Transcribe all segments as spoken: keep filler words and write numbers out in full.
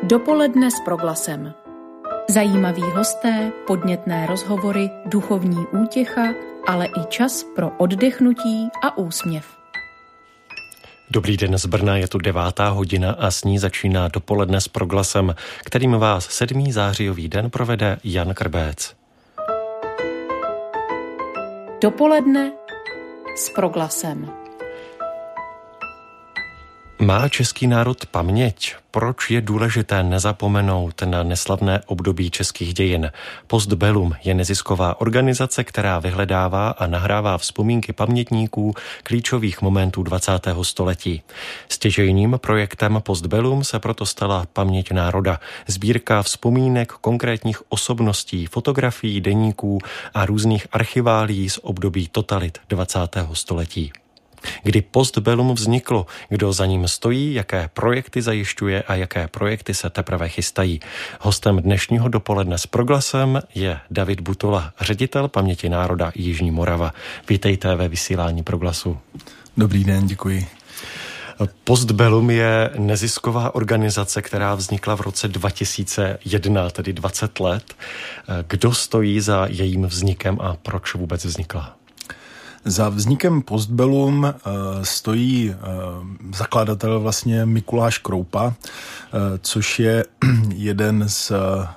Dopoledne s Proglasem. Zajímaví hosté, podnětné rozhovory, duchovní útěcha, ale i čas pro oddechnutí a úsměv. Dobrý den z Brna, je tu devátá hodina a s ní začíná Dopoledne s Proglasem, kterým vás sedmý zářijový den provede Jan Krbec. Dopoledne s Proglasem. Má český národ paměť? Proč je důležité nezapomenout na neslavné období českých dějin? Postbellum je nezisková organizace, která vyhledává a nahrává vzpomínky pamětníků klíčových momentů dvacátého století. Stěžejním projektem Postbellum se proto stala Paměť národa, sbírka vzpomínek konkrétních osobností, fotografií, deníků a různých archiválií z období totalit dvacátého století. Kdy Postbellum vzniklo, kdo za ním stojí, jaké projekty zajišťuje a jaké projekty se teprve chystají. Hostem dnešního Dopoledne s Proglasem je David Butola, ředitel Paměti národa Jižní Morava. Vítejte ve vysílání Proglasu. Dobrý den, děkuji. Postbellum je nezisková organizace, která vznikla v roce dva tisíce jedna, tedy dvacet let. Kdo stojí za jejím vznikem a proč vůbec vznikla? Za vznikem Postbellum uh, stojí uh, zakladatel vlastně Mikuláš Kroupa, uh, což je jeden z,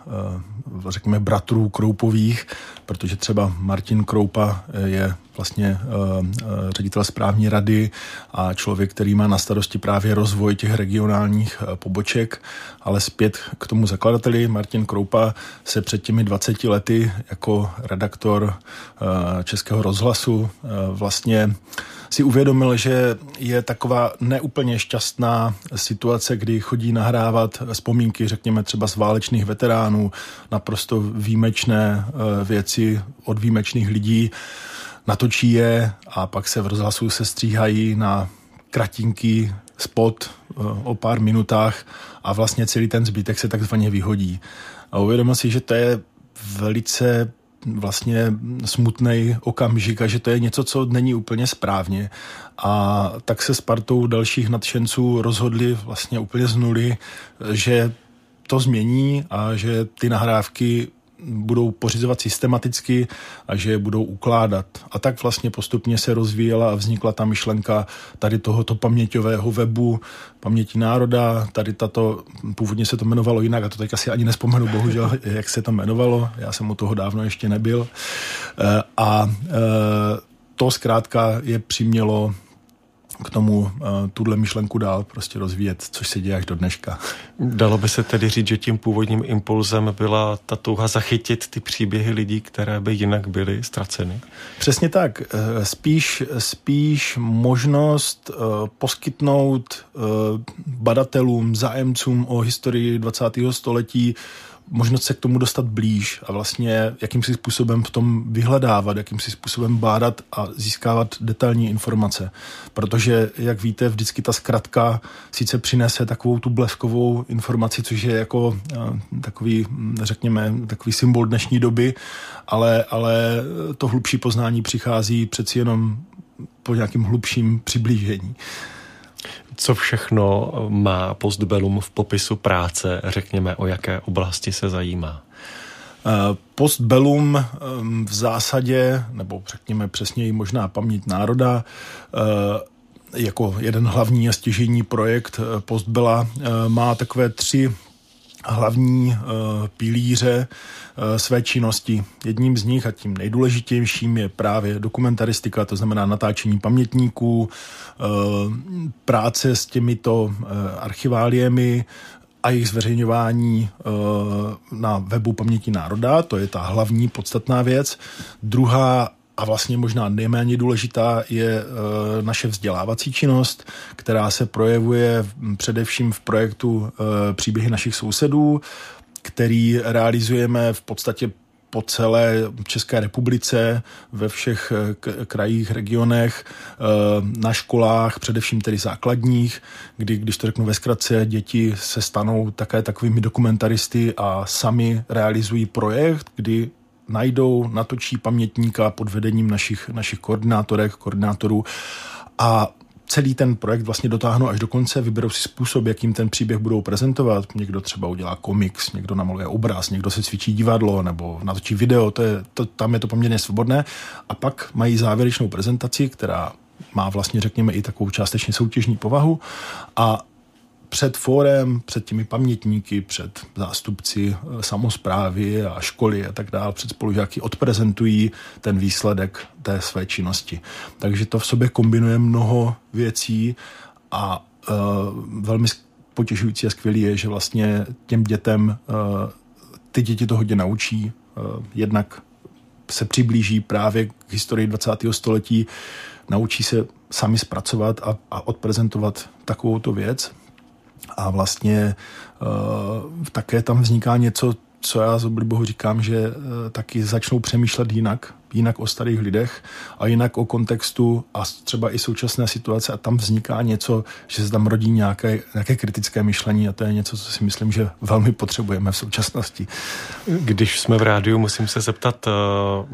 uh, řekněme, bratrů Kroupových, protože třeba Martin Kroupa je vlastně uh, ředitel správní rady a člověk, který má na starosti právě rozvoj těch regionálních uh, poboček, ale zpět k tomu zakladateli. Martin Kroupa se před těmi dvaceti lety jako redaktor uh, Českého rozhlasu uh, vlastně si uvědomil, že je taková neúplně šťastná situace, kdy chodí nahrávat vzpomínky, řekněme třeba z válečných veteránů, naprosto výjimečné uh, věci od výjimečných lidí, natočí je a pak se v rozhlasu se stříhají na kratinký spot o pár minutách a vlastně celý ten zbytek se takzvaně vyhodí. A uvědomil si, že to je velice vlastně smutný okamžik a že to je něco, co není úplně správně. A tak se s partou dalších nadšenců rozhodli vlastně úplně z nuly, že to změní a že ty nahrávky budou pořizovat systematicky a že je budou ukládat. A tak vlastně postupně se rozvíjela a vznikla ta myšlenka tady tohoto paměťového webu Paměti národa. Tady tato, původně se to jmenovalo jinak a to teď asi ani nespomenu, bohužel, jak se to jmenovalo. Já jsem u toho dávno ještě nebyl. A to zkrátka je přimělo k tomu uh, tuhle myšlenku dál prostě rozvíjet, což se děje až do dneška. Dalo by se tedy říct, že tím původním impulzem byla ta touha zachytit ty příběhy lidí, které by jinak byly ztraceny? Přesně tak. Spíš, spíš možnost uh, poskytnout uh, badatelům, zájemcům o historii dvacátého století možnost se k tomu dostat blíž a vlastně jakýmsi způsobem v tom vyhledávat, jakýmsi způsobem bádat a získávat detailní informace. Protože, jak víte, vždycky ta zkratka sice přinese takovou tu bleskovou informaci, což je jako takový, řekněme, takový symbol dnešní doby, ale, ale to hlubší poznání přichází přeci jenom po nějakým hlubším přiblížení. Co všechno má Postbellum v popisu práce? Řekněme, o jaké oblasti se zajímá? Postbellum v zásadě, nebo řekněme přesněji možná Paměť národa, jako jeden hlavní a stěžejní projekt Postbella má takové tři hlavní uh, pilíře uh, své činnosti. Jedním z nich a tím nejdůležitějším je právě dokumentaristika, to znamená natáčení pamětníků, uh, práce s těmito uh, archiváliemi a jejich zveřejňování uh, na webu Paměti národa, to je ta hlavní podstatná věc. Druhá a vlastně možná nejméně důležitá je e, naše vzdělávací činnost, která se projevuje především v projektu e, Příběhy našich sousedů, který realizujeme v podstatě po celé České republice, ve všech k- krajích, regionech, e, na školách, především tedy základních, kdy, když to řeknu ve zkratce, děti se stanou také takovými dokumentaristy a sami realizují projekt, kdy najdou, natočí pamětníka pod vedením našich, našich koordinátorek, koordinátorů a celý ten projekt vlastně dotáhnou až do konce, vyberou si způsob, jakým ten příběh budou prezentovat. Někdo třeba udělá komiks, někdo namaluje obraz, někdo se cvičí divadlo nebo natočí video, to je, to, tam je to poměrně svobodné. A pak mají závěrečnou prezentaci, která má vlastně, řekněme, i takovou částečně soutěžní povahu a před fórem, před těmi pamětníky, před zástupci samosprávy a školy a tak dále, před spolužáky odprezentují ten výsledek té své činnosti. Takže to v sobě kombinuje mnoho věcí a e, velmi potěšující a skvělý je, že vlastně těm dětem e, ty děti to hodně naučí. E, jednak se přiblíží právě k historii dvacátého století, naučí se sami zpracovat a, a odprezentovat takovouto věc. A vlastně uh, také tam vzniká něco, co já z oblibohu říkám, že uh, taky začnou přemýšlet jinak, jinak o starých lidech a jinak o kontextu a třeba i současné situace a tam vzniká něco, že se tam rodí nějaké, nějaké kritické myšlení a to je něco, co si myslím, že velmi potřebujeme v současnosti. Když jsme v rádiu, musím se zeptat uh,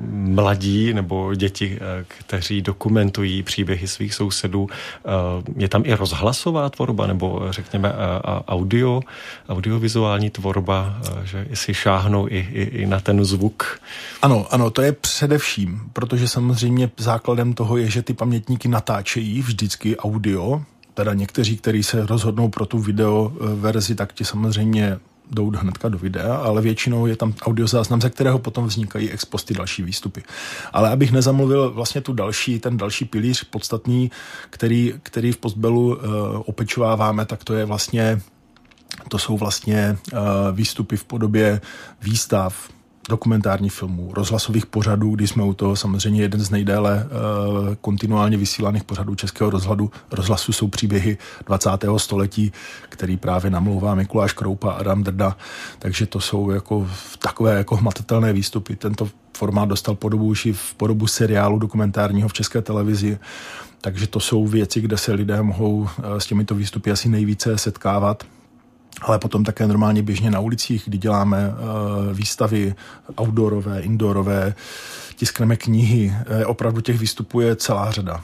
mladí nebo děti, uh, kteří dokumentují příběhy svých sousedů, uh, je tam i rozhlasová tvorba nebo řekněme uh, audio, audiovizuální tvorba, uh, že si šáhnou i, i, i na ten zvuk? Ano, ano, to je především Vším, protože samozřejmě základem toho je, že ty pamětníky natáčejí vždycky audio, teda někteří, kteří se rozhodnou pro tu video verzi, tak ti samozřejmě jdou hnedka do videa, ale většinou je tam audiozáznam, ze kterého potom vznikají ex posty další výstupy. Ale abych nezamluvil vlastně tu další, ten další pilíř podstatný, který, který v Postbelu uh, opečováváme, tak to je vlastně, to jsou vlastně uh, výstupy v podobě výstav, dokumentárních filmů, rozhlasových pořadů, kdy jsme u toho samozřejmě jeden z nejdéle uh, kontinuálně vysílaných pořadů Českého rozhladu. Rozhlasu jsou příběhy dvacátého století, který právě namlouvá Mikuláš Kroupa a Adam Drda, takže to jsou jako takové jako hmatatelné výstupy. Tento formát dostal podobu už i v podobu seriálu dokumentárního v České televizi, takže to jsou věci, kde se lidé mohou uh, s těmito výstupy asi nejvíce setkávat. Ale potom také normálně běžně na ulicích, kdy děláme uh, výstavy outdoorové, indoorové, tiskneme knihy. E, opravdu těch výstupů je celá řada.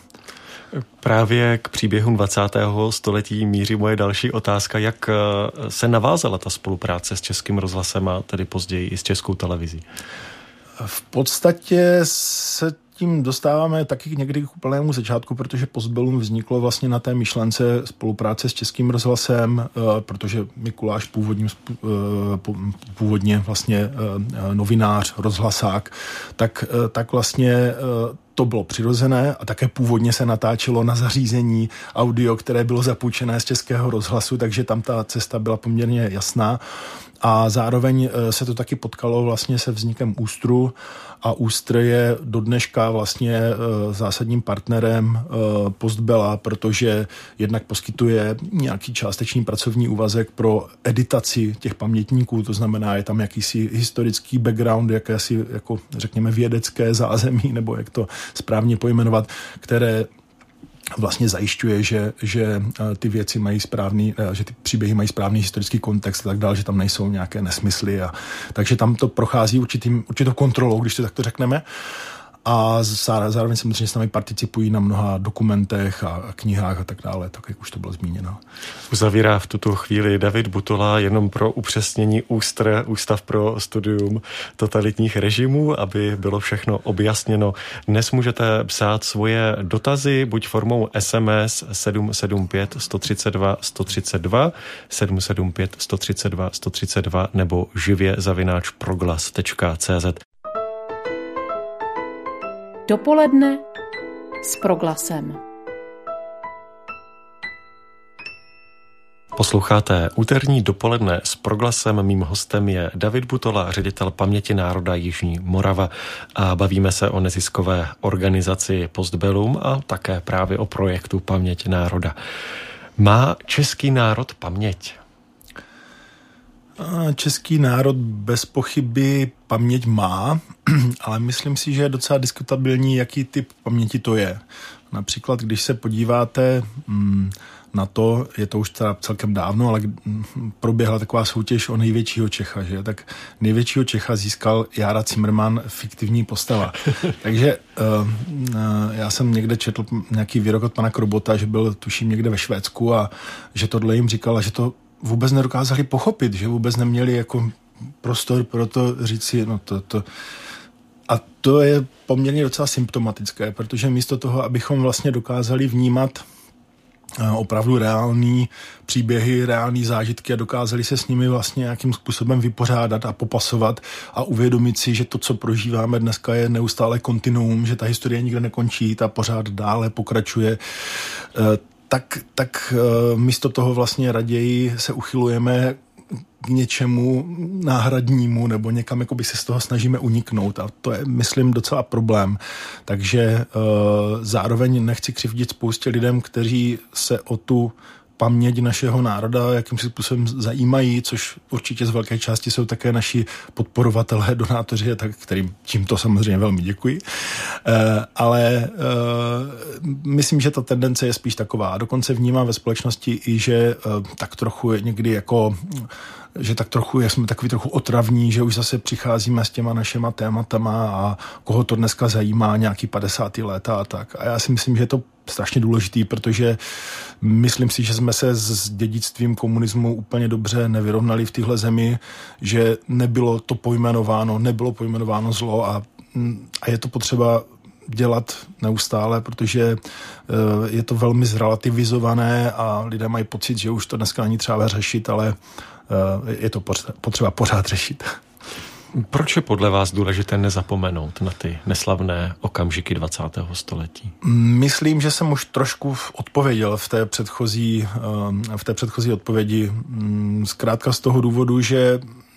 Právě k příběhům dvacátého století míří moje další otázka. Jak se navázala ta spolupráce s Českým rozhlasem a tedy později i s Českou televizí? V podstatě se tím dostáváme taky někdy k úplnému začátku, protože Postbellum vzniklo vlastně na té myšlence spolupráce s Českým rozhlasem, protože Mikuláš původním, původně vlastně novinář, rozhlasák, tak, tak vlastně to bylo přirozené a také původně se natáčelo na zařízení audio, které bylo zapůjčené z Českého rozhlasu, takže tam ta cesta byla poměrně jasná. A zároveň se to taky potkalo vlastně se vznikem Ústru a Ústr je do dneška vlastně zásadním partnerem Postbella, protože jednak poskytuje nějaký částečný pracovní úvazek pro editaci těch pamětníků, to znamená, je tam jakýsi historický background, jakési, jako řekněme, vědecké zázemí, nebo jak to správně pojmenovat, které vlastně zajišťuje, že, že ty věci mají správný, že ty příběhy mají správný historický kontext a tak dále, že tam nejsou nějaké nesmysly. A, takže tam to prochází určitým, určitou kontrolou, když to takto řekneme. A zároveň samozřejmě s námi participují na mnoha dokumentech a knihách a tak dále, tak jak už to bylo zmíněno. Uzavírá v tuto chvíli David Butola jenom pro upřesnění Ústr, Ústav pro studium totalitních režimů, aby bylo všechno objasněno. Dnes můžete psát svoje dotazy, buď formou es em es sedm sedm pět sto třicet dva sto třicet dva, sedm sedm pět sto třicet dva sto třicet dva nebo živě zavináč proglas tečka cé zet. Dopoledne s Proglasem. Posloucháte úterní dopoledne s Proglasem. Mým hostem je David Butola, ředitel Paměti národa Jižní Morava a bavíme se o neziskové organizaci Postbellum a také právě o projektu Paměť národa. Má český národ paměť? Český národ bez pochyby paměť má, ale myslím si, že je docela diskutabilní, jaký typ paměti to je. Například, když se podíváte na to, je to už teda celkem dávno, ale proběhla taková soutěž o největšího Čecha, že? Tak největšího Čecha získal Jára Cimrman, fiktivní postava. Takže uh, já jsem někde četl nějaký výrok od pana Krobota, že byl tuším někde ve Švédsku a že tohle jim říkal, že to vůbec nedokázali pochopit, že vůbec neměli jako prostor pro to říct si, no to, to. A to je poměrně docela symptomatické, protože místo toho, abychom vlastně dokázali vnímat opravdu reální příběhy, reální zážitky a dokázali se s nimi vlastně nějakým způsobem vypořádat a popasovat a uvědomit si, že to, co prožíváme dneska, je neustále kontinuum, že ta historie nikde nekončí, ta pořád dále pokračuje, tak, tak místo toho vlastně raději se uchylujeme k něčemu náhradnímu nebo někam jakoby se z toho snažíme uniknout a to je, myslím, docela problém. Takže e, zároveň nechci křivdit spoustě lidem, kteří se o tu paměť našeho národa jakým způsobem zajímají, což určitě z velké části jsou také naši podporovatelé, donátoři, tak kterým tímto samozřejmě velmi děkuji. E, ale e, myslím, že ta tendence je spíš taková. Dokonce vnímám ve společnosti i, že e, tak trochu někdy jako že tak trochu, jsme takový trochu otravní, že už zase přicházíme s těma našima tématama a koho to dneska zajímá, nějaký padesátá léta a tak. A já si myslím, že je to strašně důležitý, protože myslím si, že jsme se s dědictvím komunismu úplně dobře nevyrovnali v téhle zemi, že nebylo to pojmenováno, nebylo pojmenováno zlo a, a je to potřeba dělat neustále, protože je to velmi zrelativizované a lidé mají pocit, že už to dneska není třeba řešit, ale je to potřeba pořád řešit. Proč je podle vás důležité nezapomenout na ty neslavné okamžiky dvacátého století? Myslím, že jsem už trošku odpověděl v té předchozí, v té předchozí odpovědi. Zkrátka z toho důvodu, že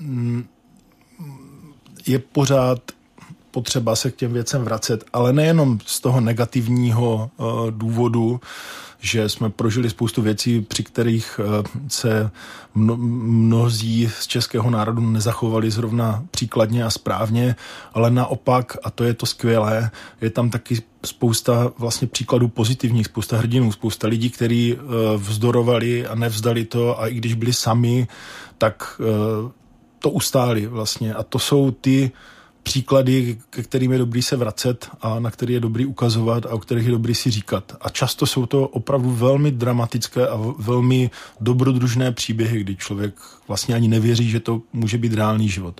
je pořád potřeba se k těm věcem vracet, ale nejenom z toho negativního důvodu, že jsme prožili spoustu věcí, při kterých se mno, mnozí z českého národu nezachovali zrovna příkladně a správně, ale naopak, a to je to skvělé, je tam taky spousta vlastně příkladů pozitivních, spousta hrdinů, spousta lidí, kteří vzdorovali a nevzdali to a i když byli sami, tak to ustáli vlastně. A to jsou ty příklady, ke kterým je dobrý se vracet a na který je dobrý ukazovat a o kterých je dobrý si říkat. A často jsou to opravdu velmi dramatické a velmi dobrodružné příběhy, kdy člověk vlastně ani nevěří, že to může být reálný život.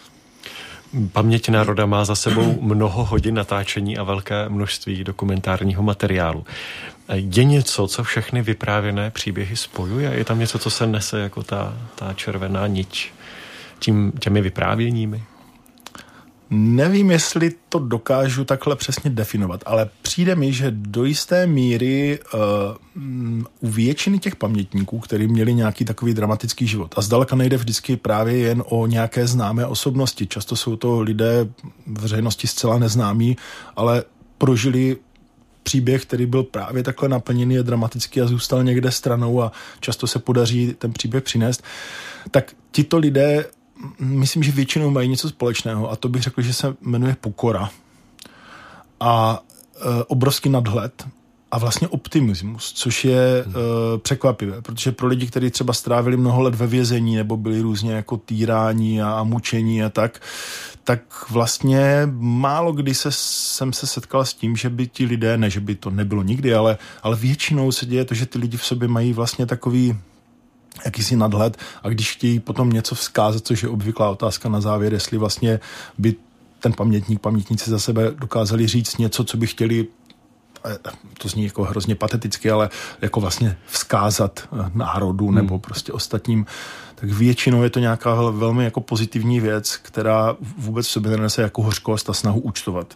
Paměť národa má za sebou mnoho hodin natáčení a velké množství dokumentárního materiálu. Je něco, co všechny vyprávěné příběhy spojuje? Je tam něco, co se nese jako ta, ta červená niť tím, těmi vyprávěními? Nevím, jestli to dokážu takhle přesně definovat, ale přijde mi, že do jisté míry uh, u většiny těch pamětníků, kteří měli nějaký takový dramatický život, a zdaleka nejde vždycky právě jen o nějaké známé osobnosti, často jsou to lidé veřejnosti zcela neznámí, ale prožili příběh, který byl právě takhle naplněný, je dramatický a zůstal někde stranou a často se podaří ten příběh přinést, tak tito lidé myslím, že většinou mají něco společného a to bych řekl, že se jmenuje pokora a e, obrovský nadhled a vlastně optimismus, což je e, překvapivé, protože pro lidi, kteří třeba strávili mnoho let ve vězení nebo byli různě jako týrání a, a mučení a tak, tak vlastně málo kdy se, jsem se setkal s tím, že by ti lidé, ne, že by to nebylo nikdy, ale, ale většinou se děje to, že ty lidi v sobě mají vlastně takový jakýsi nadhled a když chtějí potom něco vzkázat, což je obvyklá otázka na závěr, jestli vlastně by ten pamětník, pamětníci za sebe dokázali říct něco, co by chtěli, to zní jako hrozně pateticky, ale jako vlastně vzkázat národu hmm. nebo prostě ostatním, tak většinou je to nějaká velmi jako pozitivní věc, která vůbec v sobě nenese jako hořkost a snahu účtovat.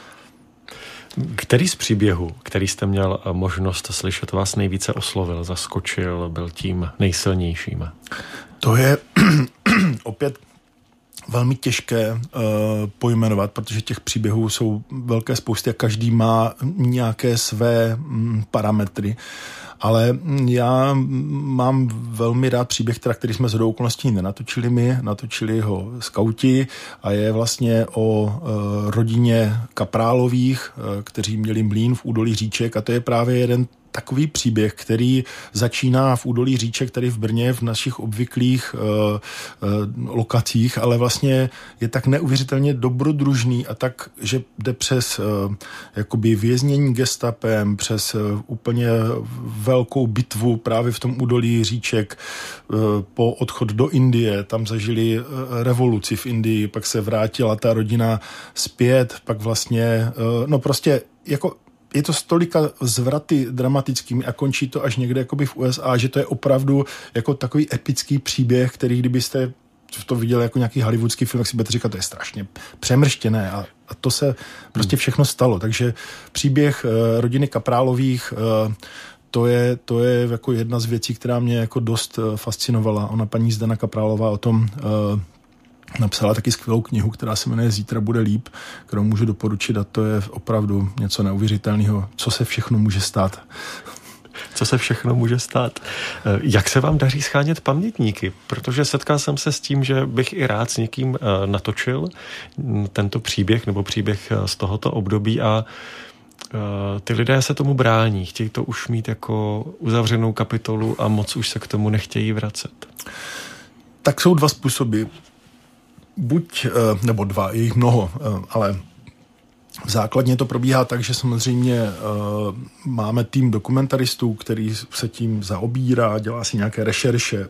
Který z příběhů, který jste měl možnost slyšet, vás nejvíce oslovil, zaskočil, byl tím nejsilnějším? To je opět velmi těžké uh, pojmenovat, protože těch příběhů jsou velké spousty a každý má nějaké své mm, parametry. Ale já mám velmi rád příběh, teda, který jsme shodou okolností nenatočili my, natočili ho skauti a je vlastně o e, rodině Kaprálových, e, kteří měli mlýn v údolí Říček a to je právě jeden takový příběh, který začíná v údolí Říček, tady v Brně, v našich obvyklých uh, uh, lokacích, ale vlastně je tak neuvěřitelně dobrodružný a tak, že jde přes uh, jakoby věznění gestapem, přes uh, úplně velkou bitvu právě v tom údolí Říček, uh, po odchod do Indie, tam zažili uh, revoluci v Indii, pak se vrátila ta rodina zpět, pak vlastně, uh, no prostě jako je to s tolika zvraty dramatickými a končí to až někde jakoby v U S A, že to je opravdu jako takový epický příběh, který kdybyste to viděli jako nějaký hollywoodský film, tak si budete říkat, to je strašně přemrštěné a, a to se prostě všechno stalo. Takže příběh uh, rodiny Kaprálových uh, to je, to je jako jedna z věcí, která mě jako dost uh, fascinovala. Ona paní Zdena Kaprálová o tom uh, napsala taky skvělou knihu, která se jmenuje Zítra bude líp, kterou můžu doporučit a to je opravdu něco neuvěřitelného, co se všechno může stát. Co se všechno může stát. Jak se vám daří schánět pamětníky? Protože setkal jsem se s tím, že bych i rád s někým natočil tento příběh nebo příběh z tohoto období a ty lidé se tomu brání. Chtějí to už mít jako uzavřenou kapitolu a moc už se k tomu nechtějí vracet. Tak jsou dva způsoby. Buď, nebo dva, je jich mnoho, ale základně to probíhá tak, že samozřejmě máme tým dokumentaristů, který se tím zaobírá, dělá si nějaké rešerše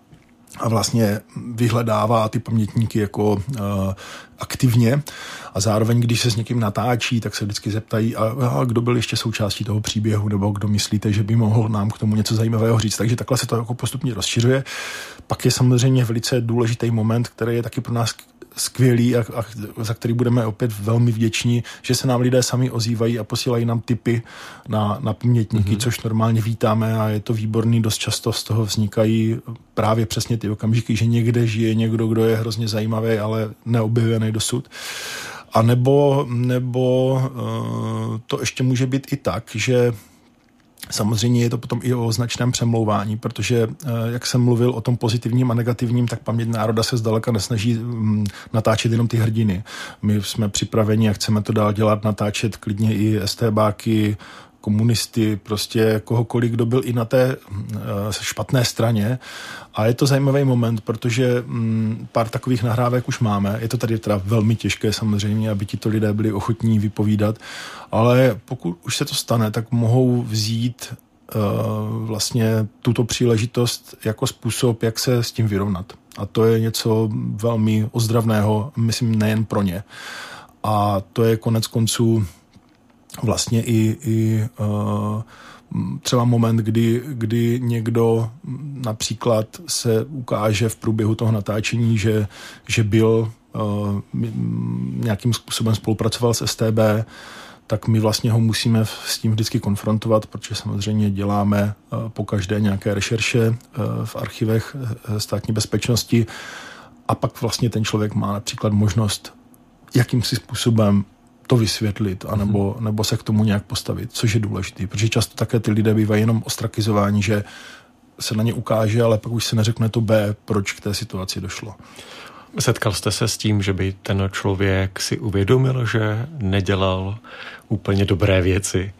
a vlastně vyhledává ty pamětníky jako uh, aktivně a zároveň, když se s někým natáčí, tak se vždycky zeptají, a, a kdo byl ještě součástí toho příběhu, nebo kdo myslíte, že by mohl nám k tomu něco zajímavého říct. Takže takhle se to jako postupně rozšiřuje. Pak je samozřejmě velice důležitý moment, který je taky pro nás skvělý a, a za který budeme opět velmi vděční, že se nám lidé sami ozývají a posílají nám tipy na, na pamětníky, mm-hmm. což normálně vítáme a je to výborný. Dost často z toho vznikají právě přesně ty okamžiky, že někde žije někdo, kdo je hrozně zajímavý, ale neobjevený dosud. A nebo, nebo uh, to ještě může být i tak, že samozřejmě je to potom i o značném přemlouvání, protože, jak jsem mluvil o tom pozitivním a negativním, tak Paměť národa se zdaleka nesnaží natáčet jenom ty hrdiny. My jsme připraveni a chceme to dál dělat, natáčet klidně i STBáky, komunisty, prostě kohokoliv, kdo byl i na té špatné straně. A je to zajímavý moment, protože pár takových nahrávek už máme. Je to tady teda velmi těžké samozřejmě, aby ti to lidé byli ochotní vypovídat, ale pokud už se to stane, tak mohou vzít uh, vlastně tuto příležitost jako způsob, jak se s tím vyrovnat. A to je něco velmi ozdravného, myslím, nejen pro ně. A to je konec konců vlastně i, i uh, třeba moment, kdy, kdy někdo například se ukáže v průběhu toho natáčení, že, že byl uh, nějakým způsobem spolupracoval s S T B, tak my vlastně ho musíme s tím vždycky konfrontovat, protože samozřejmě děláme uh, po každé nějaké rešerše uh, v archivech uh, státní bezpečnosti a pak vlastně ten člověk má například možnost jakýmsi způsobem to vysvětlit, anebo, nebo se k tomu nějak postavit, což je důležité, protože často také ty lidé bývají jenom ostrakizováni, že se na ně ukáže, ale pak už se neřekne to B, proč k té situaci došlo. Setkal jste se s tím, že by ten člověk si uvědomil, že nedělal úplně dobré věci?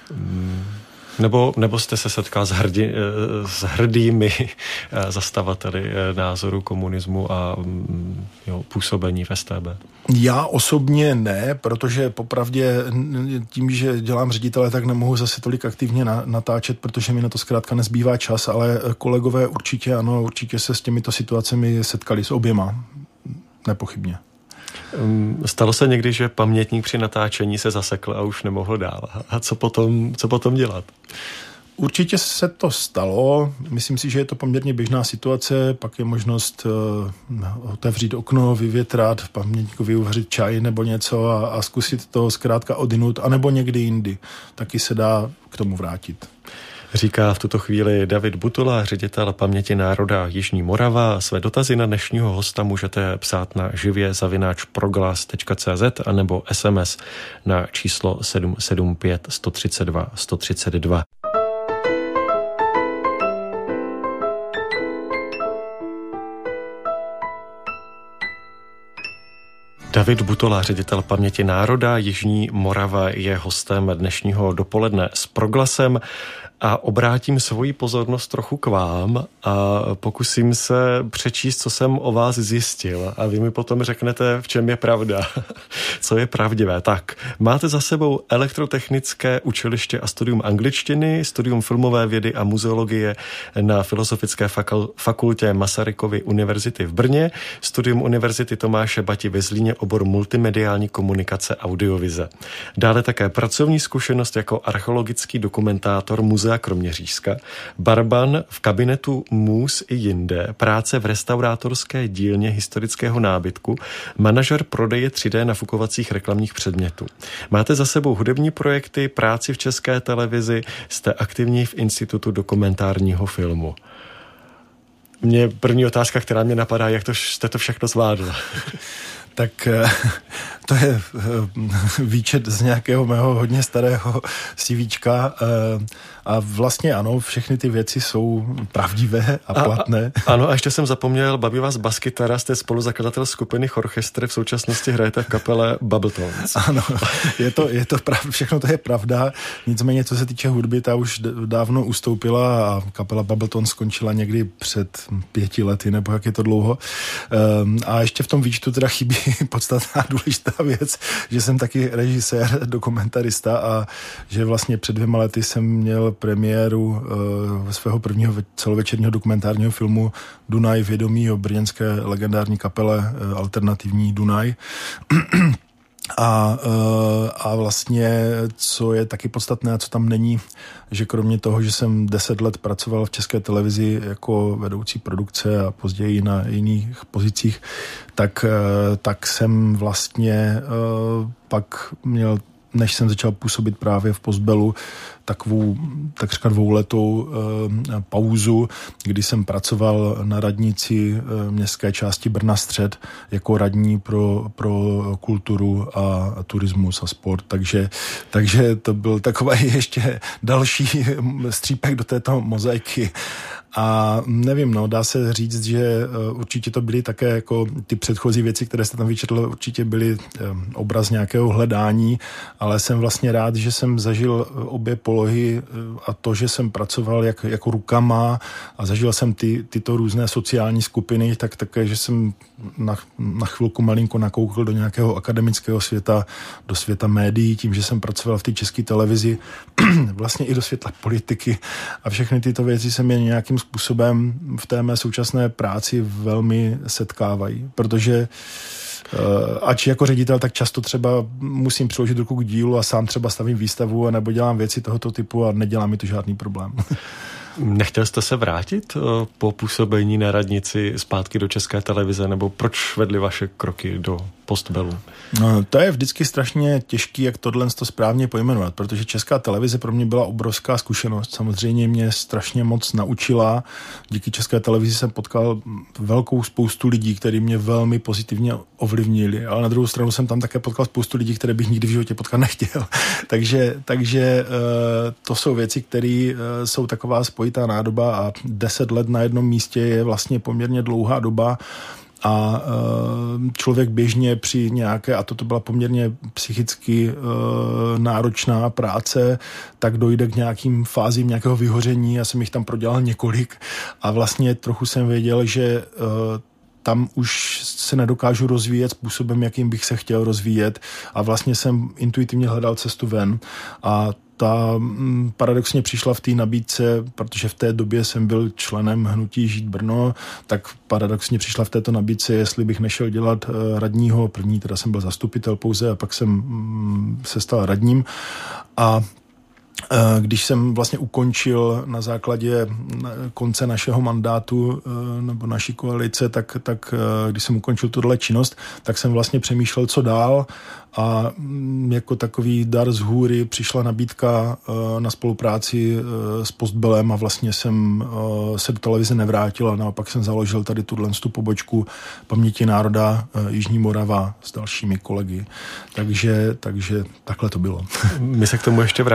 Nebo, nebo jste se setkal s, hrdí, s hrdými zastavateli názoru komunismu a jo, působení v S T B? Já osobně ne, protože popravdě tím, že dělám ředitele, tak nemohu zase tolik aktivně natáčet, protože mi na to zkrátka nezbývá čas, ale kolegové určitě ano, určitě se s těmito situacemi setkali s oběma, nepochybně. Stalo se někdy, že pamětník při natáčení se zasekl a už nemohl dál. A co potom, co potom dělat? Určitě se to stalo. Myslím si, že je to poměrně běžná situace. Pak je možnost uh, otevřít okno, vyvětrat, pamětníkovi uvařit čaj nebo něco a, a zkusit to zkrátka odinut, anebo někdy jindy. Taky se dá k tomu vrátit. Říká v tuto chvíli David Butula, ředitel Paměti národa Jižní Morava. Své dotazy na dnešního hosta můžete psát na živě zavináč proglas tečka cé zet anebo es em es na číslo sedm sedm pět jedna tři dva jedna tři dva. David Butola, ředitel Paměti národa Jižní Morava, je hostem dnešního dopoledne s Proglasem a obrátím svoji pozornost trochu k vám a pokusím se přečíst, co jsem o vás zjistil a vy mi potom řeknete, v čem je pravda, co je pravdivé. Tak, máte za sebou elektrotechnické učiliště a studium angličtiny, studium filmové vědy a muzeologie na Filozofické fakultě Masarykovy univerzity v Brně, studium Univerzity Tomáše Bati ve Zlíně, obor multimediální komunikace audiovize. Dále také pracovní zkušenost jako archeologický dokumentátor Muzea Kroměřížska, barban v kabinetu Můz i jinde, práce v restaurátorské dílně historického nábytku, manažer prodeje tři dé nafukovacích reklamních předmětů. Máte za sebou hudební projekty, práci v České televizi, jste aktivní v Institutu dokumentárního filmu. Mě první otázka, která mě napadá, jak to, jste to všechno zvládl? Tak to je výčet z nějakého mého hodně starého CVčka a vlastně ano, všechny ty věci jsou pravdivé a platné. A, a, ano, a ještě jsem zapomněl, baví vás baskytara, jste spoluzakladatel skupiny Chorchestr, v současnosti hrajete v kapele Babbletones. Ano, je to, je to prav, všechno to je pravda, nicméně co se týče hudby, ta už dávno ustoupila a kapela Babbletones skončila někdy před pěti lety, nebo jak je to dlouho. A ještě v tom výčtu teda chybí podstatná důležitá věc, že jsem taky režisér, dokumentarista a že vlastně před dvěma lety jsem měl premiéru uh, svého prvního celovečerního dokumentárního filmu Dunaj vědomí o brněnské legendární kapele uh, alternativní Dunaj. A, a vlastně, co je taky podstatné a co tam není, že kromě toho, že jsem deset let pracoval v České televizi jako vedoucí produkce a později na jiných pozicích, tak, tak jsem vlastně pak měl, než jsem začal působit právě v Postbelu, takovou takřka dvouletou e, pauzu, kdy jsem pracoval na radnici e, městské části Brna střed jako radní pro, pro kulturu a turismus a sport. Takže, takže to byl takový ještě další střípek do této mozaiky. A nevím, no, dá se říct, že určitě to byly také jako ty předchozí věci, které jste tam vyčetl, určitě byly obraz nějakého hledání, ale jsem vlastně rád, že jsem zažil obě polohy a to, že jsem pracoval jak, jako rukama a zažil jsem ty, tyto různé sociální skupiny, tak také, že jsem na, na chvilku malinko nakoukl do nějakého akademického světa, do světa médií, tím, že jsem pracoval v té České televizi, vlastně i do světa politiky a všechny tyto věci se mě nějakým způsobem v té mé současné práci velmi setkávají, protože ač jako ředitel, tak často třeba musím přiložit ruku k dílu a sám třeba stavím výstavu nebo dělám věci tohoto typu a nedělá mi to žádný problém. Nechtěl jste se vrátit po působení na radnici zpátky do České televize, nebo proč vedly vaše kroky do Postbelu? No, to je vždycky strašně těžký, jak tohle to správně pojmenovat, protože Česká televize pro mě byla obrovská zkušenost. Samozřejmě mě strašně moc naučila. Díky České televizi jsem potkal velkou spoustu lidí, kteří mě velmi pozitivně ovlivnili, ale na druhou stranu jsem tam také potkal spoustu lidí, které bych nikdy v životě potkat nechtěl. takže takže to jsou věci, které jsou taková spojitá nádoba a deset let na jednom místě je vlastně poměrně dlouhá doba. A člověk běžně při nějaké, a toto byla poměrně psychicky náročná práce, tak dojde k nějakým fázím nějakého vyhoření. Já jsem jich tam prodělal několik a vlastně trochu jsem věděl, že tam už se nedokážu rozvíjet způsobem, jakým bych se chtěl rozvíjet a vlastně jsem intuitivně hledal cestu ven a ta paradoxně přišla v té nabídce, protože v té době jsem byl členem hnutí Žít Brno, tak paradoxně přišla v této nabídce, jestli bych nešel dělat radního. První teda jsem byl zastupitel pouze a pak jsem se stal radním. A když jsem vlastně ukončil na základě konce našeho mandátu nebo naší koalice, tak, tak když jsem ukončil tuhle činnost, tak jsem vlastně přemýšlel, co dál a jako takový dar z hůry přišla nabídka na spolupráci s Postbelem a vlastně jsem se do televize nevrátil a naopak jsem založil tady tuhle tu pobočku Paměti národa Jižní Morava s dalšími kolegy. Takže, takže takhle to bylo. My se k tomu ještě vrátíme,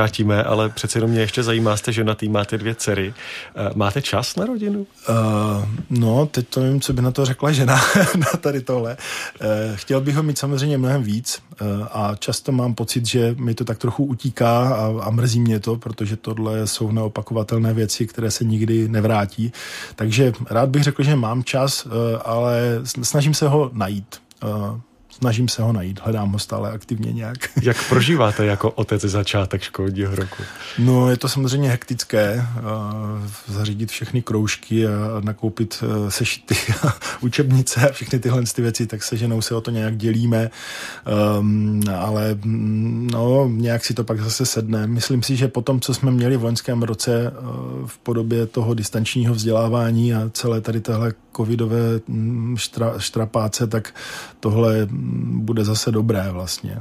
ale přece jenom mě ještě zajímá, jste ženatý, máte dvě dcery. Máte čas na rodinu? Uh, no, teď to nevím, co by na to řekla žena, na tady tohle. Uh, chtěl bych ho mít samozřejmě mnohem víc uh, a často mám pocit, že mi to tak trochu utíká a, a mrzí mě to, protože tohle jsou neopakovatelné věci, které se nikdy nevrátí. Takže rád bych řekl, že mám čas, uh, ale snažím se ho najít. Uh, Snažím se ho najít, hledám ho stále aktivně nějak. Jak prožíváte jako otec začátek školního roku? No, je to samozřejmě hektické, uh, zařídit všechny kroužky a nakoupit uh, sešity a učebnice a všechny tyhle ty věci, tak se ženou se o to nějak dělíme, um, ale no, nějak si to pak zase sedne. Myslím si, že po tom, co jsme měli v loňském roce uh, v podobě toho distančního vzdělávání a celé tady téhle covidové štra, štrapáce, tak tohle bude zase dobré vlastně.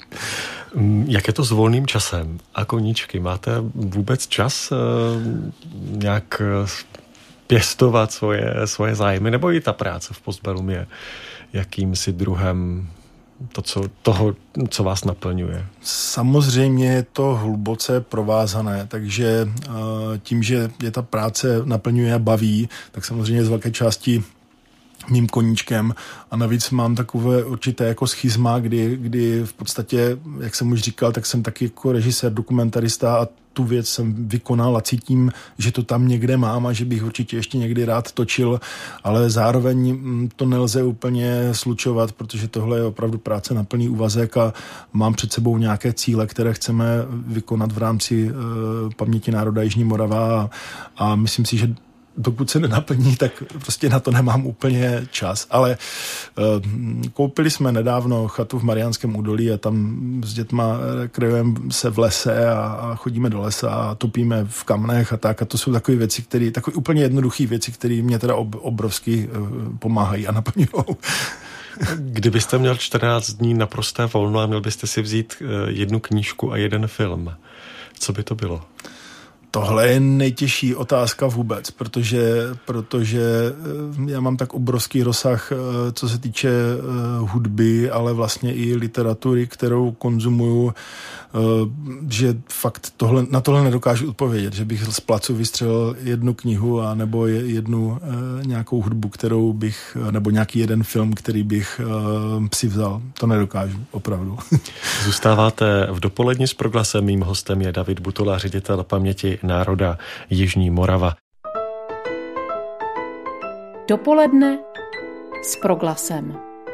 Jak je to s volným časem a koníčky? Máte vůbec čas uh, nějak pěstovat svoje, svoje zájmy? Nebo i ta práce v Postbellum je jakýmsi druhem to, co, toho, co vás naplňuje? Samozřejmě je to hluboce provázané, takže uh, tím, že je ta práce naplňuje a baví, tak samozřejmě z velké části mým koníčkem a navíc mám takové určité jako schizma, kdy, kdy v podstatě, jak jsem už říkal, tak jsem taky jako režisér, dokumentarista a tu věc jsem vykonal a cítím, že to tam někde mám a že bych určitě ještě někdy rád točil, ale zároveň to nelze úplně slučovat, protože tohle je opravdu práce na plný úvazek a mám před sebou nějaké cíle, které chceme vykonat v rámci uh, Paměti národa Jižní Morava a, a myslím si, že dokud se nenaplní, tak prostě na to nemám úplně čas. Ale uh, koupili jsme nedávno chatu v Mariánském údolí a tam s dětma rekreujeme se v lese a, a chodíme do lesa a topíme v kamnech a tak. A to jsou takové věci, které, takové úplně jednoduché věci, které mě teda ob, obrovsky uh, pomáhají a naplňují. Kdybyste měl čtrnáct dní na prosté volno a měl byste si vzít uh, jednu knížku a jeden film, co by to bylo? Tohle je nejtěžší otázka vůbec, protože, protože já mám tak obrovský rozsah, co se týče hudby, ale vlastně i literatury, kterou konzumuju, že fakt tohle, na tohle nedokážu odpovědět, že bych z placu vystřelil jednu knihu a nebo jednu nějakou hudbu, kterou bych, nebo nějaký jeden film, který bych si vzal. To nedokážu, opravdu. Zůstáváte v dopoledni s Proglasem. Mým hostem je David Butola, ředitel Paměti národa Jižní Morava. Dopoledne s Proglasem.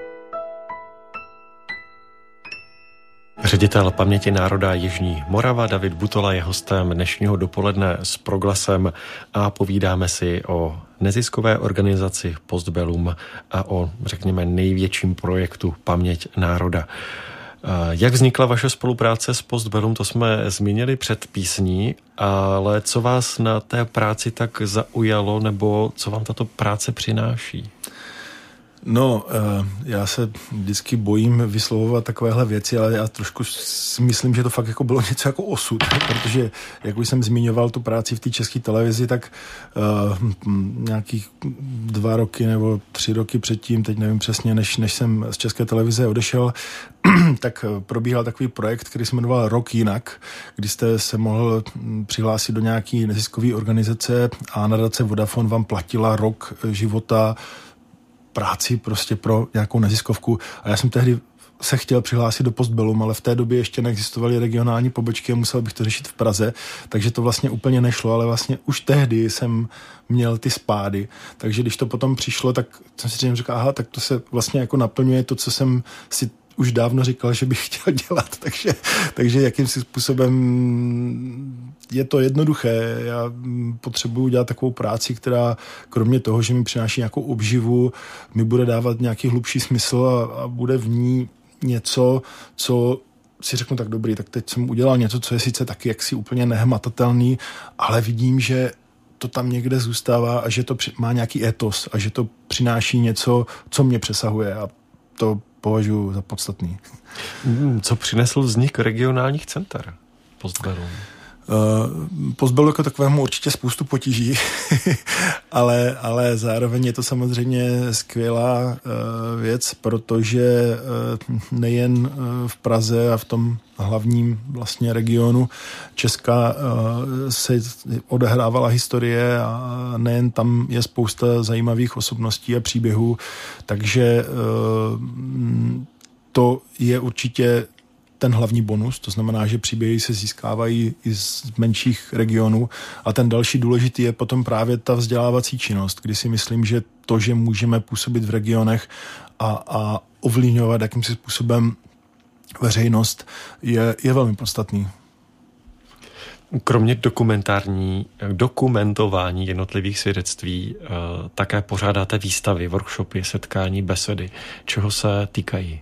Ředitel Paměti národa Jižní Morava David Butola je hostem dnešního Dopoledne s Proglasem a povídáme si o neziskové organizaci Postbellum a o, řekněme, největším projektu Paměť národa. Jak vznikla vaše spolupráce s Postbellum, to jsme zmínili před písní, ale co vás na té práci tak zaujalo, nebo co vám tato práce přináší? No, já se vždycky bojím vyslovovat takovéhle věci, ale já trošku si myslím, že to fakt jako bylo něco jako osud, protože jak už jsem zmiňoval tu práci v té České televizi, tak uh, nějakých dva roky nebo tři roky předtím, teď nevím přesně, než, než jsem z České televize odešel, tak probíhal takový projekt, který se jmenoval Rok jinak, kdy jste se mohl přihlásit do nějaké neziskové organizace a nadace Vodafone vám platila rok života práci prostě pro nějakou neziskovku. A já jsem tehdy se chtěl přihlásit do Postbellum, ale v té době ještě neexistovaly regionální pobočky a musel bych to řešit v Praze, takže to vlastně úplně nešlo, ale vlastně už tehdy jsem měl ty spády, takže když to potom přišlo, tak jsem si říkal, aha, tak to se vlastně jako naplňuje to, co jsem si už dávno říkal, že bych chtěl dělat, takže, takže jakýmsi způsobem je to jednoduché. Já potřebuji dělat takovou práci, která kromě toho, že mi přináší nějakou obživu, mi bude dávat nějaký hlubší smysl a, a bude v ní něco, co si řeknu tak dobrý, tak teď jsem udělal něco, co je sice taky jaksi úplně nehmatatelný, ale vidím, že to tam někde zůstává a že to má nějaký etos a že to přináší něco, co mě přesahuje a to považuji za podstatný. Co přinesl vznik regionálních center Postbellum? Pozbylo jako takovému určitě spoustu potíží, ale, ale zároveň je to samozřejmě skvělá věc, protože nejen v Praze a v tom hlavním vlastně regionu Česka se odehrávala historie a nejen tam je spousta zajímavých osobností a příběhů, takže to je určitě ten hlavní bonus, to znamená, že příběhy se získávají i z menších regionů a ten další důležitý je potom právě ta vzdělávací činnost, kdy si myslím, že to, že můžeme působit v regionech a, a ovlivňovat jakýmsi způsobem veřejnost, je, je velmi podstatný. Kromě dokumentární, dokumentování jednotlivých svědectví také pořádáte výstavy, workshopy, setkání, besedy. Čeho se týkají?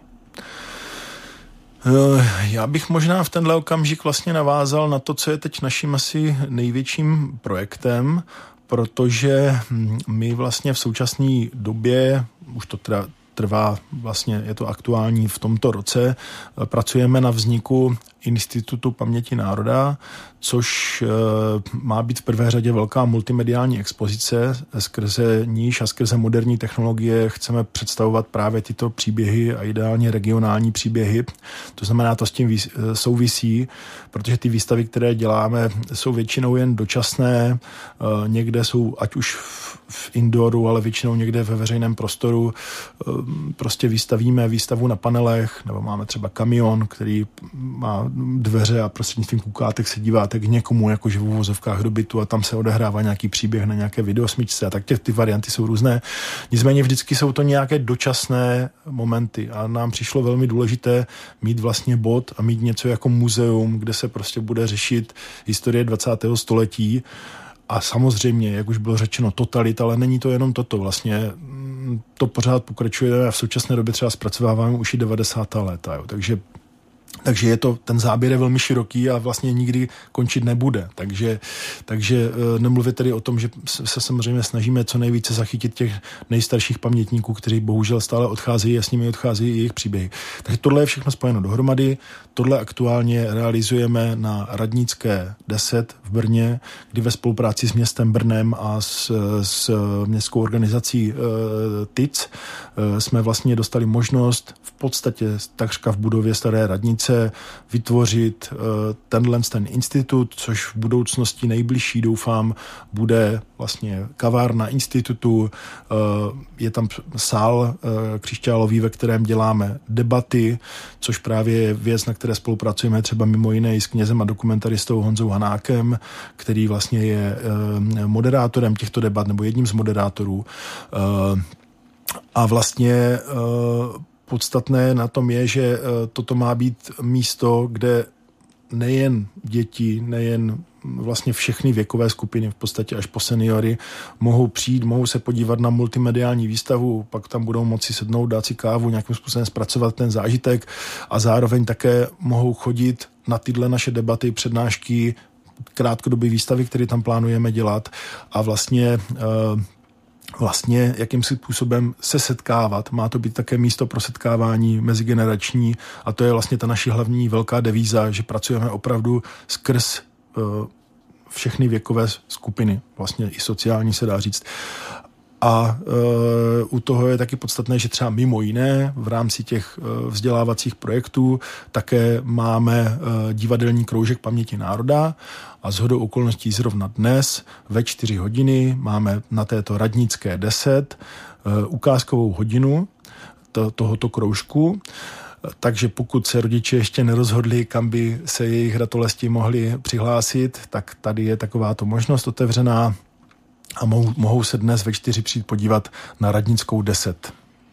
Já bych možná v tenhle okamžik vlastně navázal na to, co je teď naším asi největším projektem, protože my vlastně v současné době, už to teda trvá, vlastně je to aktuální v tomto roce, pracujeme na vzniku Institutu paměti národa, což e, má být v prvé řadě velká multimediální expozice, skrze níž a skrze moderní technologie chceme představovat právě tyto příběhy a ideálně regionální příběhy. To znamená, to s tím vý, souvisí, protože ty výstavy, které děláme, jsou většinou jen dočasné, e, někde jsou ať už v, v indooru, ale většinou někde ve veřejném prostoru. E, prostě vystavíme výstavu na panelech, nebo máme třeba kamion, který má dveře a prostřednictvím koukátek se díváte k někomu jakože v uvozovkách do bytu a tam se odehrává nějaký příběh na nějaké videosmyčce a tak těch, ty varianty jsou různé. Nicméně vždycky jsou to nějaké dočasné momenty a nám přišlo velmi důležité mít vlastně bod a mít něco jako muzeum, kde se prostě bude řešit historie dvacátého století a samozřejmě, jak už bylo řečeno, totalit, ale není to jenom toto. Vlastně to pořád pokračuje a v současné době třeba zpracováváme už i devadesátá léta. Jo. Takže Takže je to, ten záběr je velmi široký a vlastně nikdy končit nebude. Takže, takže nemluvit tedy o tom, že se samozřejmě snažíme co nejvíce zachytit těch nejstarších pamětníků, kteří bohužel stále odcházejí a s nimi odcházejí i jejich příběhy. Takže tohle je všechno spojeno dohromady. Tohle aktuálně realizujeme na Radnické deset v Brně, kdy ve spolupráci s městem Brnem a s, s městskou organizací e, T I C e, jsme vlastně dostali možnost v podstatě takřka v budově staré radnice vytvořit uh, tenhle ten institut, což v budoucnosti nejbližší, doufám, bude vlastně kavárna institutu. Uh, je tam sál uh, křišťálový, ve kterém děláme debaty, což právě je věc, na které spolupracujeme třeba mimo jiné i s knězem a dokumentaristou Honzou Hanákem, který vlastně je uh, moderátorem těchto debat, nebo jedním z moderátorů. Uh, a vlastně uh, podstatné na tom je, že toto má být místo, kde nejen děti, nejen vlastně všechny věkové skupiny, v podstatě až po seniory, mohou přijít, mohou se podívat na multimediální výstavu, pak tam budou moci sednout, dát si kávu, nějakým způsobem zpracovat ten zážitek a zároveň také mohou chodit na tyhle naše debaty, přednášky, krátkodobé výstavy, které tam plánujeme dělat a vlastně vlastně jakýmsi způsobem se setkávat. Má to být také místo pro setkávání mezigenerační a to je vlastně ta naše hlavní velká devíza, že pracujeme opravdu skrz uh, všechny věkové skupiny, vlastně i sociální se dá říct. A e, u toho je taky podstatné, že třeba mimo jiné v rámci těch e, vzdělávacích projektů také máme e, divadelní kroužek paměti národa a shodou okolností zrovna dnes ve čtyři hodiny máme na této Radnické deset e, ukázkovou hodinu to, tohoto kroužku. Takže pokud se rodiče ještě nerozhodli, kam by se jejich ratolesti mohli přihlásit, tak tady je takováto možnost otevřená. A mohou, mohou se dnes ve čtyři přijít podívat na Radnickou deset.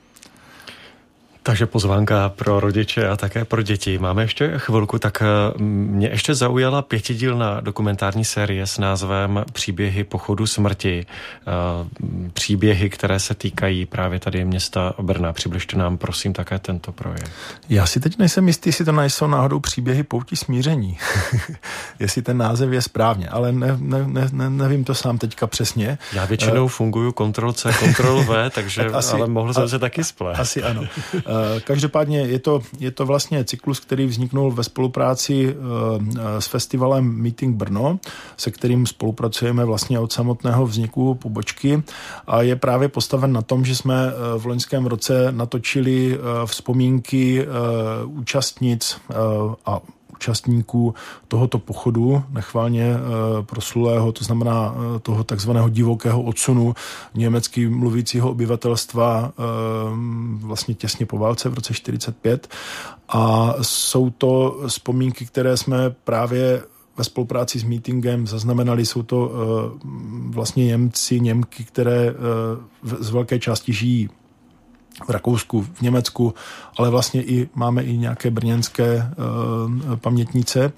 Takže pozvánka pro rodiče a také pro děti. Máme ještě chvilku, tak mě ještě zaujala pětidílná dokumentární série s názvem Příběhy pochodu smrti. Příběhy, které se týkají právě tady města Brna. Přibližte nám prosím také tento projekt. Já si teď nejsem jistý, jestli to nejsou náhodou příběhy pouti smíření. Jestli ten název je správně, ale ne, ne, ne, ne, nevím to sám teďka přesně. Já většinou uh, funguju kontrol C, kontrol V, takže asi, ale mohl jsem a, se taky splést. Asi ano. Každopádně je to, je to vlastně cyklus, který vzniknul ve spolupráci s festivalem Meeting Brno, se kterým spolupracujeme vlastně od samotného vzniku pobočky a je právě postaven na tom, že jsme v loňském roce natočili vzpomínky účastnic a účastníků tohoto pochodu nechvalně e, proslulého, to znamená e, toho takzvaného divokého odsunu německy mluvícího obyvatelstva e, vlastně těsně po válce v roce čtyřicet pět. A jsou to vzpomínky, které jsme právě ve spolupráci s Meetingem zaznamenali. Jsou to e, vlastně Němci, Němky, které e, z velké části žijí v Rakousku, v Německu, ale vlastně i máme i nějaké brněnské e, pamětnice.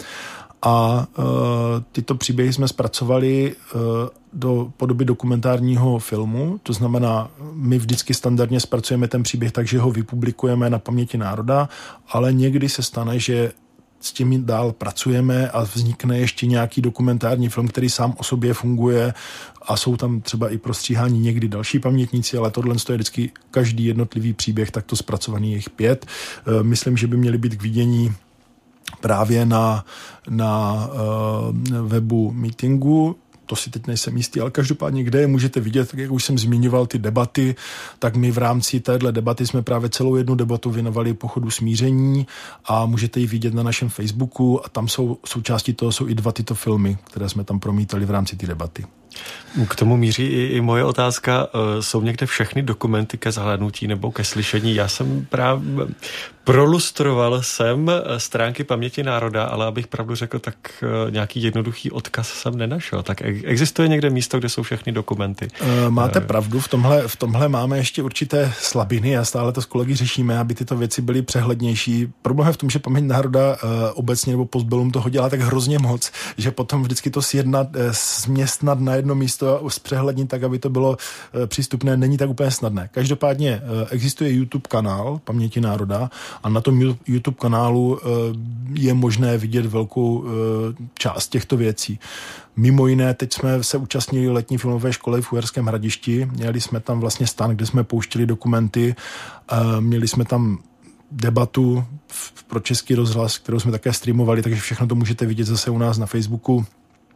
A e, tyto příběhy jsme zpracovali e, do podoby dokumentárního filmu. To znamená, my vždycky standardně zpracujeme ten příběh tak, že ho vypublikujeme na paměti národa, ale někdy se stane, že s tím dál pracujeme a vznikne ještě nějaký dokumentární film, který sám o sobě funguje a jsou tam třeba i prostříhání někdy další pamětníci, ale tohle je vždycky každý jednotlivý příběh takto zpracovaný, jejich pět. Myslím, že by měly být k vidění právě na, na uh, webu Meetingu. To si teď nejsem jistý, ale každopádně, kde je můžete vidět, tak jak už jsem zmiňoval ty debaty, tak my v rámci téhle debaty jsme právě celou jednu debatu věnovali pochodu smíření a můžete ji vidět na našem Facebooku a tam jsou součástí toho jsou i dva tyto filmy, které jsme tam promítali v rámci té debaty. K tomu míří i, i moje otázka. Jsou někde všechny dokumenty ke zhlédnutí nebo ke slyšení? Já jsem právě prolustroval jsem stránky Paměti národa, ale abych pravdu řekl, tak nějaký jednoduchý odkaz jsem nenašel. Tak existuje někde místo, kde jsou všechny dokumenty? Máte pravdu, v tomhle, v tomhle máme ještě určité slabiny a stále to s kolegy řešíme, aby tyto věci byly přehlednější. Problém je v tom, že Paměť národa obecně nebo Postbellum toho dělá tak hrozně moc, že potom vždycky to sjednat, směstnat na jedno místo a zpřehlednit tak, aby to bylo přístupné, není tak úplně snadné. Každopádně existuje YouTube kanál Paměti národa a na tom YouTube kanálu je možné vidět velkou část těchto věcí. Mimo jiné, teď jsme se účastnili letní filmové školy v Uherském Hradišti. Měli jsme tam vlastně stan, kde jsme pouštěli dokumenty. Měli jsme tam debatu pro Český rozhlas, kterou jsme také streamovali, takže všechno to můžete vidět zase u nás na Facebooku.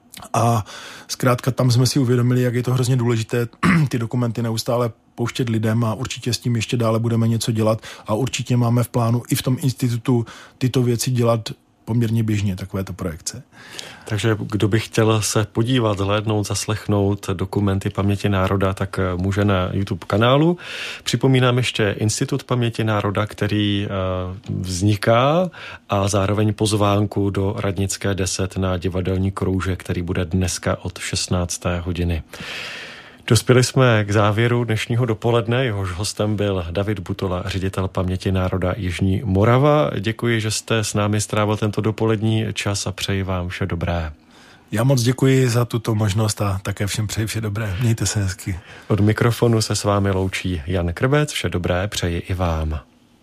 A zkrátka tam jsme si uvědomili, jak je to hrozně důležité ty dokumenty neustále pouštět lidem a určitě s tím ještě dále budeme něco dělat a určitě máme v plánu i v tom institutu tyto věci dělat poměrně běžně, takovéto projekce. Takže kdo by chtěl se podívat, hlédnout, zaslechnout dokumenty Paměti národa, tak může na YouTube kanálu. Připomínám ještě Institut Paměti národa, který vzniká a zároveň pozvánku do Radnické deset na divadelní kroužek, který bude dneska od šestnácté hodiny. Dospěli jsme k závěru dnešního dopoledne, jehož hostem byl David Butola, ředitel Paměti národa Jižní Morava. Děkuji, že jste s námi strávil tento dopolední čas a přeji vám vše dobré. Já moc děkuji za tuto možnost a také všem přeji vše dobré. Mějte se hezky. Od mikrofonu se s vámi loučí Jan Krbec. Vše dobré přeji i vám.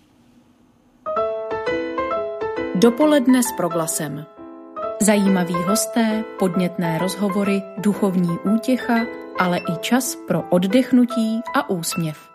Dopoledne s Proglasem. Zajímaví hosté, podnětné rozhovory, duchovní útěcha, ale i čas pro oddechnutí a úsměv.